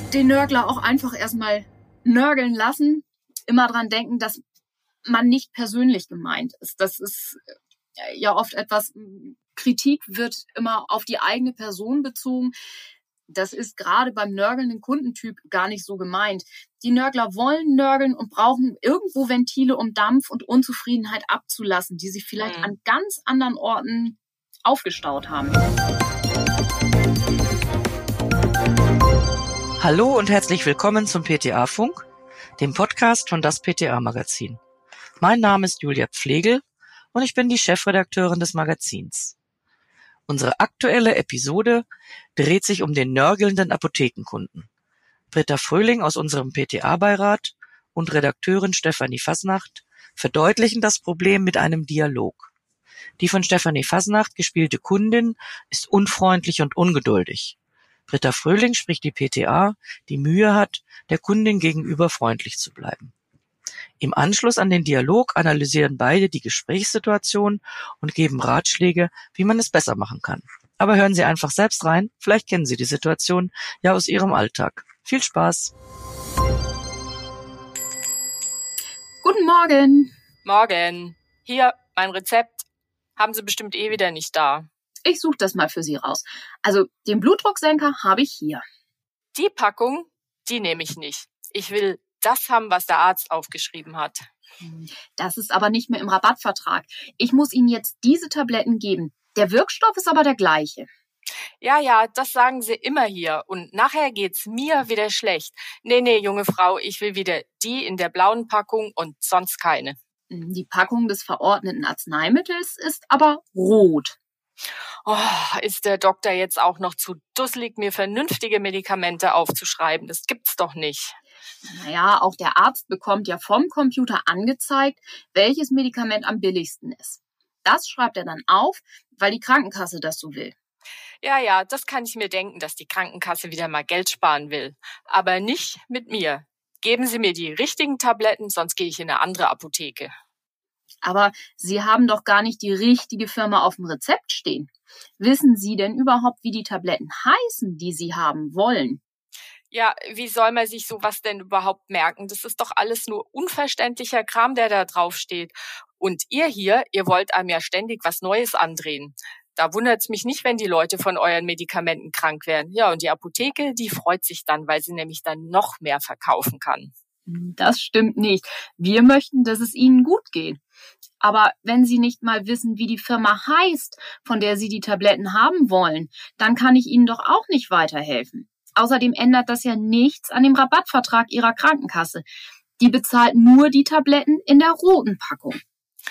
den Nörgler auch einfach erstmal nörgeln lassen. Immer dran denken, dass man nicht persönlich gemeint ist. Das ist ja oft etwas, Kritik wird immer auf die eigene Person bezogen. Das ist gerade beim nörgelnden Kundentyp gar nicht so gemeint. Die Nörgler wollen nörgeln und brauchen irgendwo Ventile, um Dampf und Unzufriedenheit abzulassen, die sich vielleicht an ganz anderen Orten aufgestaut haben. Hallo und herzlich willkommen zum PTA-Funk, dem Podcast von das PTA-Magazin. Mein Name ist Julia Pflegel und ich bin die Chefredakteurin des Magazins. Unsere aktuelle Episode dreht sich um den nörgelnden Apothekenkunden. Britta Fröhling aus unserem PTA-Beirat und Redakteurin Stefanie Fasnacht verdeutlichen das Problem mit einem Dialog. Die von Stefanie Fasnacht gespielte Kundin ist unfreundlich und ungeduldig. Britta Fröhling spricht die PTA, die Mühe hat, der Kundin gegenüber freundlich zu bleiben. Im Anschluss an den Dialog analysieren beide die Gesprächssituation und geben Ratschläge, wie man es besser machen kann. Aber hören Sie einfach selbst rein, vielleicht kennen Sie die Situation ja aus Ihrem Alltag. Viel Spaß! Guten Morgen. Morgen. Hier, mein Rezept. Haben Sie bestimmt wieder nicht da. Ich suche das mal für Sie raus. Also den Blutdrucksenker habe ich hier. Die Packung, die nehme ich nicht. Ich will das haben, was der Arzt aufgeschrieben hat. Das ist aber nicht mehr im Rabattvertrag. Ich muss Ihnen jetzt diese Tabletten geben. Der Wirkstoff ist aber der gleiche. Ja, das sagen Sie immer hier. Und nachher geht's mir wieder schlecht. Nee, junge Frau, ich will wieder die in der blauen Packung und sonst keine. Die Packung des verordneten Arzneimittels ist aber rot. Oh, ist der Doktor jetzt auch noch zu dusselig, mir vernünftige Medikamente aufzuschreiben? Das gibt's doch nicht. Naja, auch der Arzt bekommt ja vom Computer angezeigt, welches Medikament am billigsten ist. Das schreibt er dann auf, weil die Krankenkasse das so will. Ja, das kann ich mir denken, dass die Krankenkasse wieder mal Geld sparen will. Aber nicht mit mir. Geben Sie mir die richtigen Tabletten, sonst gehe ich in eine andere Apotheke. Aber Sie haben doch gar nicht die richtige Firma auf dem Rezept stehen. Wissen Sie denn überhaupt, wie die Tabletten heißen, die Sie haben wollen? Ja, wie soll man sich sowas denn überhaupt merken? Das ist doch alles nur unverständlicher Kram, der da drauf steht. Und ihr wollt einem ja ständig was Neues andrehen. Da wundert's mich nicht, wenn die Leute von euren Medikamenten krank werden. Ja, und die Apotheke, die freut sich dann, weil sie nämlich dann noch mehr verkaufen kann. Das stimmt nicht. Wir möchten, dass es Ihnen gut geht. Aber wenn Sie nicht mal wissen, wie die Firma heißt, von der Sie die Tabletten haben wollen, dann kann ich Ihnen doch auch nicht weiterhelfen. Außerdem ändert das ja nichts an dem Rabattvertrag Ihrer Krankenkasse. Die bezahlt nur die Tabletten in der roten Packung.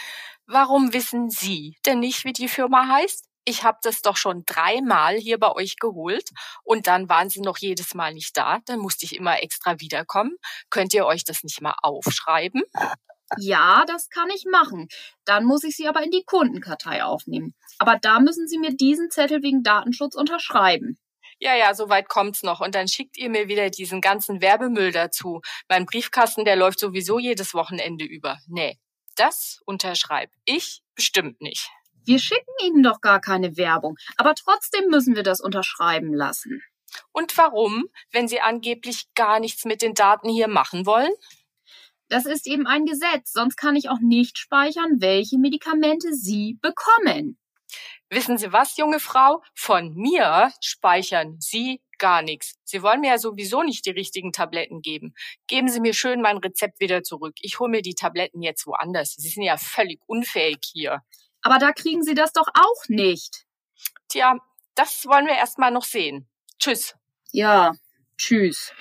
Warum wissen Sie denn nicht, wie die Firma heißt? Ich habe das doch schon 3-mal hier bei euch geholt und dann waren Sie noch jedes Mal nicht da. Dann musste ich immer extra wiederkommen. Könnt ihr euch das nicht mal aufschreiben? Ja, das kann ich machen. Dann muss ich Sie aber in die Kundenkartei aufnehmen. Aber da müssen Sie mir diesen Zettel wegen Datenschutz unterschreiben. Ja, soweit kommt's noch. Und dann schickt ihr mir wieder diesen ganzen Werbemüll dazu. Mein Briefkasten, der läuft sowieso jedes Wochenende über. Nee, das unterschreibe ich bestimmt nicht. Wir schicken Ihnen doch gar keine Werbung. Aber trotzdem müssen wir das unterschreiben lassen. Und warum, wenn Sie angeblich gar nichts mit den Daten hier machen wollen? Das ist eben ein Gesetz. Sonst kann ich auch nicht speichern, welche Medikamente Sie bekommen. Wissen Sie was, junge Frau? Von mir speichern Sie gar nichts. Sie wollen mir ja sowieso nicht die richtigen Tabletten geben. Geben Sie mir schön mein Rezept wieder zurück. Ich hole mir die Tabletten jetzt woanders. Sie sind ja völlig unfähig hier. Aber da kriegen Sie das doch auch nicht. Tja, das wollen wir erst mal noch sehen. Tschüss. Ja, tschüss.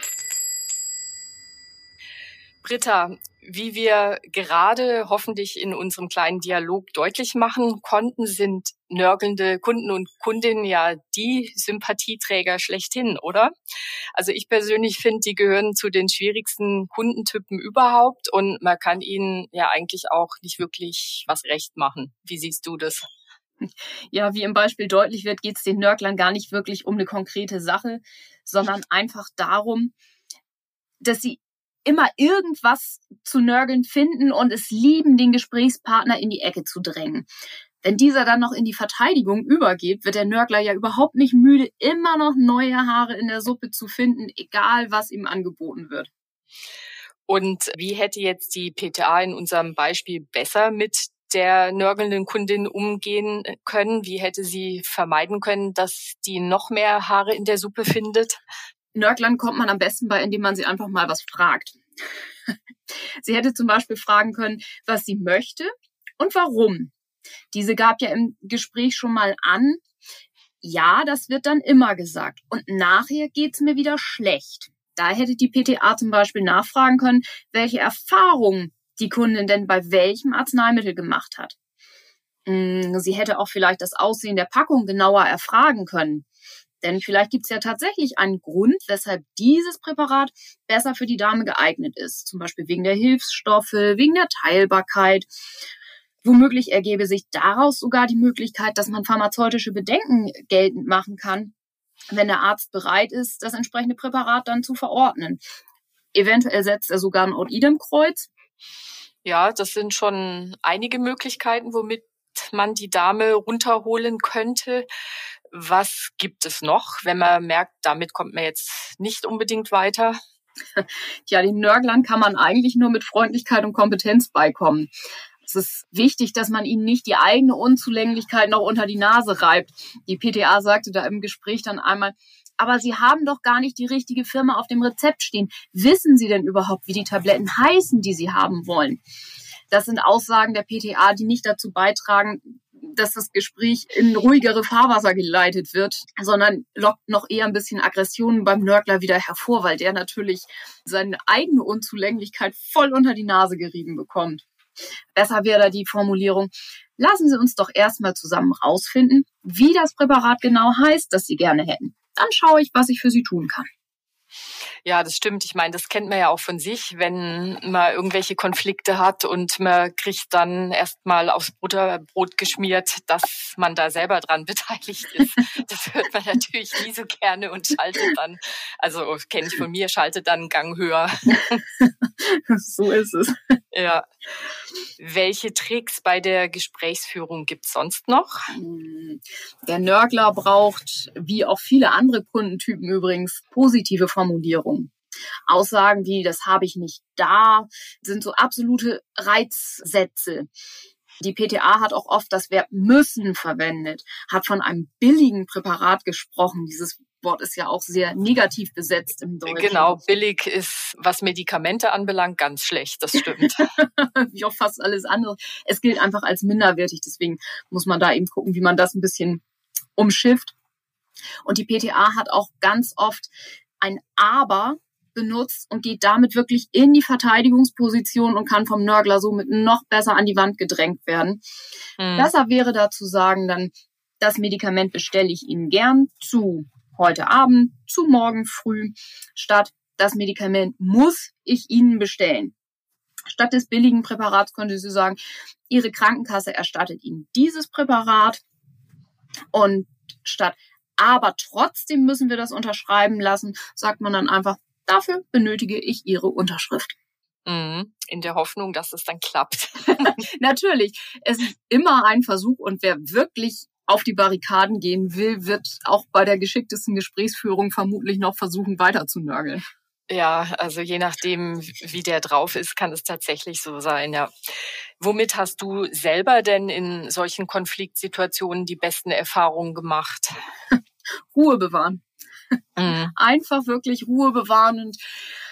Britta, wie wir gerade hoffentlich in unserem kleinen Dialog deutlich machen konnten, sind nörgelnde Kunden und Kundinnen ja die Sympathieträger schlechthin, oder? Also ich persönlich finde, die gehören zu den schwierigsten Kundentypen überhaupt und man kann ihnen ja eigentlich auch nicht wirklich was recht machen. Wie siehst du das? Ja, wie im Beispiel deutlich wird, geht es den Nörglern gar nicht wirklich um eine konkrete Sache, sondern einfach darum, dass sie immer irgendwas zu nörgeln finden und es lieben, den Gesprächspartner in die Ecke zu drängen. Wenn dieser dann noch in die Verteidigung übergeht, wird der Nörgler ja überhaupt nicht müde, immer noch neue Haare in der Suppe zu finden, egal was ihm angeboten wird. Und wie hätte jetzt die PTA in unserem Beispiel besser mit der nörgelnden Kundin umgehen können? Wie hätte sie vermeiden können, dass die noch mehr Haare in der Suppe findet? Nörglern kommt man am besten bei, indem man sie einfach mal was fragt. Sie hätte zum Beispiel fragen können, was sie möchte und warum. Diese gab ja im Gespräch schon mal an, ja, das wird dann immer gesagt. Und nachher geht's mir wieder schlecht. Da hätte die PTA zum Beispiel nachfragen können, welche Erfahrungen die Kundin denn bei welchem Arzneimittel gemacht hat. Sie hätte auch vielleicht das Aussehen der Packung genauer erfragen können. Denn vielleicht gibt es ja tatsächlich einen Grund, weshalb dieses Präparat besser für die Dame geeignet ist. Zum Beispiel wegen der Hilfsstoffe, wegen der Teilbarkeit. Womöglich ergebe sich daraus sogar die Möglichkeit, dass man pharmazeutische Bedenken geltend machen kann, wenn der Arzt bereit ist, das entsprechende Präparat dann zu verordnen. Eventuell setzt er sogar ein Out-Idem-Kreuz. Ja, das sind schon einige Möglichkeiten, womit man die Dame runterholen könnte. Was gibt es noch, wenn man merkt, damit kommt man jetzt nicht unbedingt weiter? Ja, den Nörglern kann man eigentlich nur mit Freundlichkeit und Kompetenz beikommen. Es ist wichtig, dass man ihnen nicht die eigene Unzulänglichkeit noch unter die Nase reibt. Die PTA sagte da im Gespräch dann einmal, aber Sie haben doch gar nicht die richtige Firma auf dem Rezept stehen. Wissen Sie denn überhaupt, wie die Tabletten heißen, die Sie haben wollen? Das sind Aussagen der PTA, die nicht dazu beitragen, dass das Gespräch in ruhigere Fahrwasser geleitet wird, sondern lockt noch eher ein bisschen Aggressionen beim Nörgler wieder hervor, weil der natürlich seine eigene Unzulänglichkeit voll unter die Nase gerieben bekommt. Besser wäre da die Formulierung, lassen Sie uns doch erstmal zusammen rausfinden, wie das Präparat genau heißt, das Sie gerne hätten. Dann schaue ich, was ich für Sie tun kann. Ja, das stimmt. Ich meine, das kennt man ja auch von sich, wenn man irgendwelche Konflikte hat und man kriegt dann erstmal aufs Butterbrot geschmiert, dass man da selber dran beteiligt ist. Das hört man natürlich nie so gerne und schaltet dann, also kenne ich von mir, schaltet dann einen Gang höher. So ist es. Ja. Welche Tricks bei der Gesprächsführung gibt's sonst noch? Der Nörgler braucht, wie auch viele andere Kundentypen übrigens, positive Formulierungen. Aussagen wie, das habe ich nicht da, sind so absolute Reizsätze. Die PTA hat auch oft das Verb müssen verwendet, hat von einem billigen Präparat gesprochen. Dieses Wort ist ja auch sehr negativ besetzt im Deutschen. Genau, billig ist, was Medikamente anbelangt, ganz schlecht, das stimmt. Wie auch fast alles andere. Es gilt einfach als minderwertig, deswegen muss man da eben gucken, wie man das ein bisschen umschifft. Und die PTA hat auch ganz oft ein Aber benutzt und geht damit wirklich in die Verteidigungsposition und kann vom Nörgler somit noch besser an die Wand gedrängt werden. Besser wäre da zu sagen, dann, das Medikament bestelle ich Ihnen gern zu heute Abend, zu morgen früh, statt das Medikament muss ich Ihnen bestellen. Statt des billigen Präparats könnte sie sagen, Ihre Krankenkasse erstattet Ihnen dieses Präparat und statt aber trotzdem müssen wir das unterschreiben lassen, sagt man dann einfach, dafür benötige ich Ihre Unterschrift. In der Hoffnung, dass es dann klappt. Natürlich, es ist immer ein Versuch und wer wirklich auf die Barrikaden gehen will, wird auch bei der geschicktesten Gesprächsführung vermutlich noch versuchen, weiter zu nörgeln. Ja, also je nachdem, wie der drauf ist, kann es tatsächlich so sein, ja. Womit hast du selber denn in solchen Konfliktsituationen die besten Erfahrungen gemacht? Ruhe bewahren. Einfach wirklich Ruhe bewahren und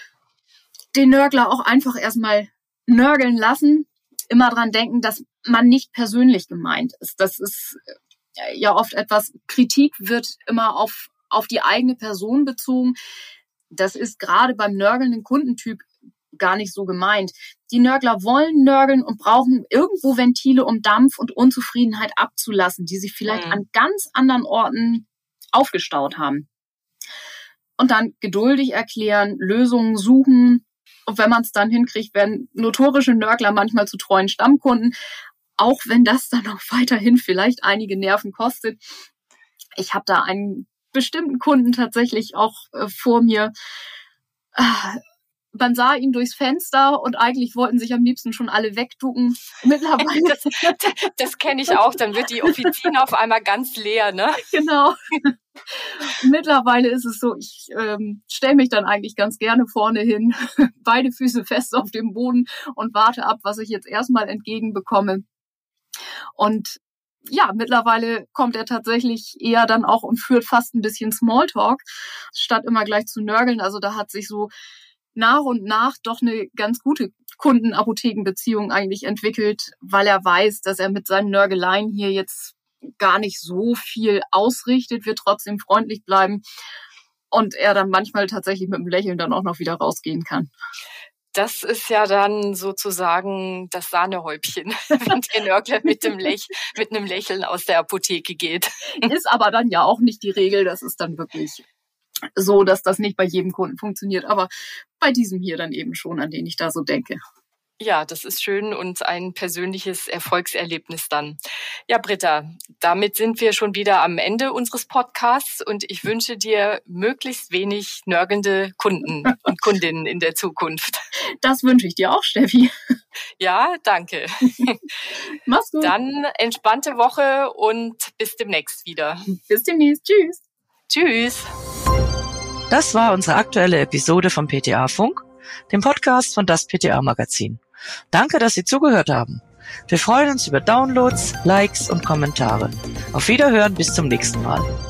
den Nörgler auch einfach erstmal nörgeln lassen. Immer dran denken, dass man nicht persönlich gemeint ist. Das ist ja oft etwas, Kritik wird immer auf die eigene Person bezogen. Das ist gerade beim nörgelnden Kundentyp gar nicht so gemeint. Die Nörgler wollen nörgeln und brauchen irgendwo Ventile, um Dampf und Unzufriedenheit abzulassen, die sich vielleicht an ganz anderen Orten aufgestaut haben. Und dann geduldig erklären, Lösungen suchen. Und wenn man es dann hinkriegt, werden notorische Nörgler manchmal zu treuen Stammkunden, auch wenn das dann auch weiterhin vielleicht einige Nerven kostet. Ich habe da einen bestimmten Kunden tatsächlich auch vor mir, man sah ihn durchs Fenster und eigentlich wollten sich am liebsten schon alle wegducken. Mittlerweile. Das kenne ich auch. Dann wird die Offizine auf einmal ganz leer, ne? Genau. Mittlerweile ist es so, ich stelle mich dann eigentlich ganz gerne vorne hin, beide Füße fest auf dem Boden und warte ab, was ich jetzt erstmal entgegenbekomme. Und ja, mittlerweile kommt er tatsächlich eher dann auch und führt fast ein bisschen Smalltalk, statt immer gleich zu nörgeln. Also da hat sich so nach und nach doch eine ganz gute Kunden-Apotheken-Beziehung eigentlich entwickelt, weil er weiß, dass er mit seinen Nörgeleien hier jetzt gar nicht so viel ausrichtet, wird trotzdem freundlich bleiben und er dann manchmal tatsächlich mit einem Lächeln dann auch noch wieder rausgehen kann. Das ist ja dann sozusagen das Sahnehäubchen, wenn der Nörgler mit einem Lächeln aus der Apotheke geht. Ist aber dann ja auch nicht die Regel. Das ist dann wirklich so, dass das nicht bei jedem Kunden funktioniert. Aber bei diesem hier dann eben schon, an den ich da so denke. Ja, das ist schön und ein persönliches Erfolgserlebnis dann. Ja, Britta, damit sind wir schon wieder am Ende unseres Podcasts und ich wünsche dir möglichst wenig nörgelnde Kunden und Kundinnen in der Zukunft. Das wünsche ich dir auch, Steffi. Ja, danke. Mach's gut. Dann entspannte Woche und bis demnächst wieder. Bis demnächst. Tschüss. Tschüss. Das war unsere aktuelle Episode vom PTA Funk, dem Podcast von das PTA Magazin. Danke, dass Sie zugehört haben. Wir freuen uns über Downloads, Likes und Kommentare. Auf Wiederhören, bis zum nächsten Mal.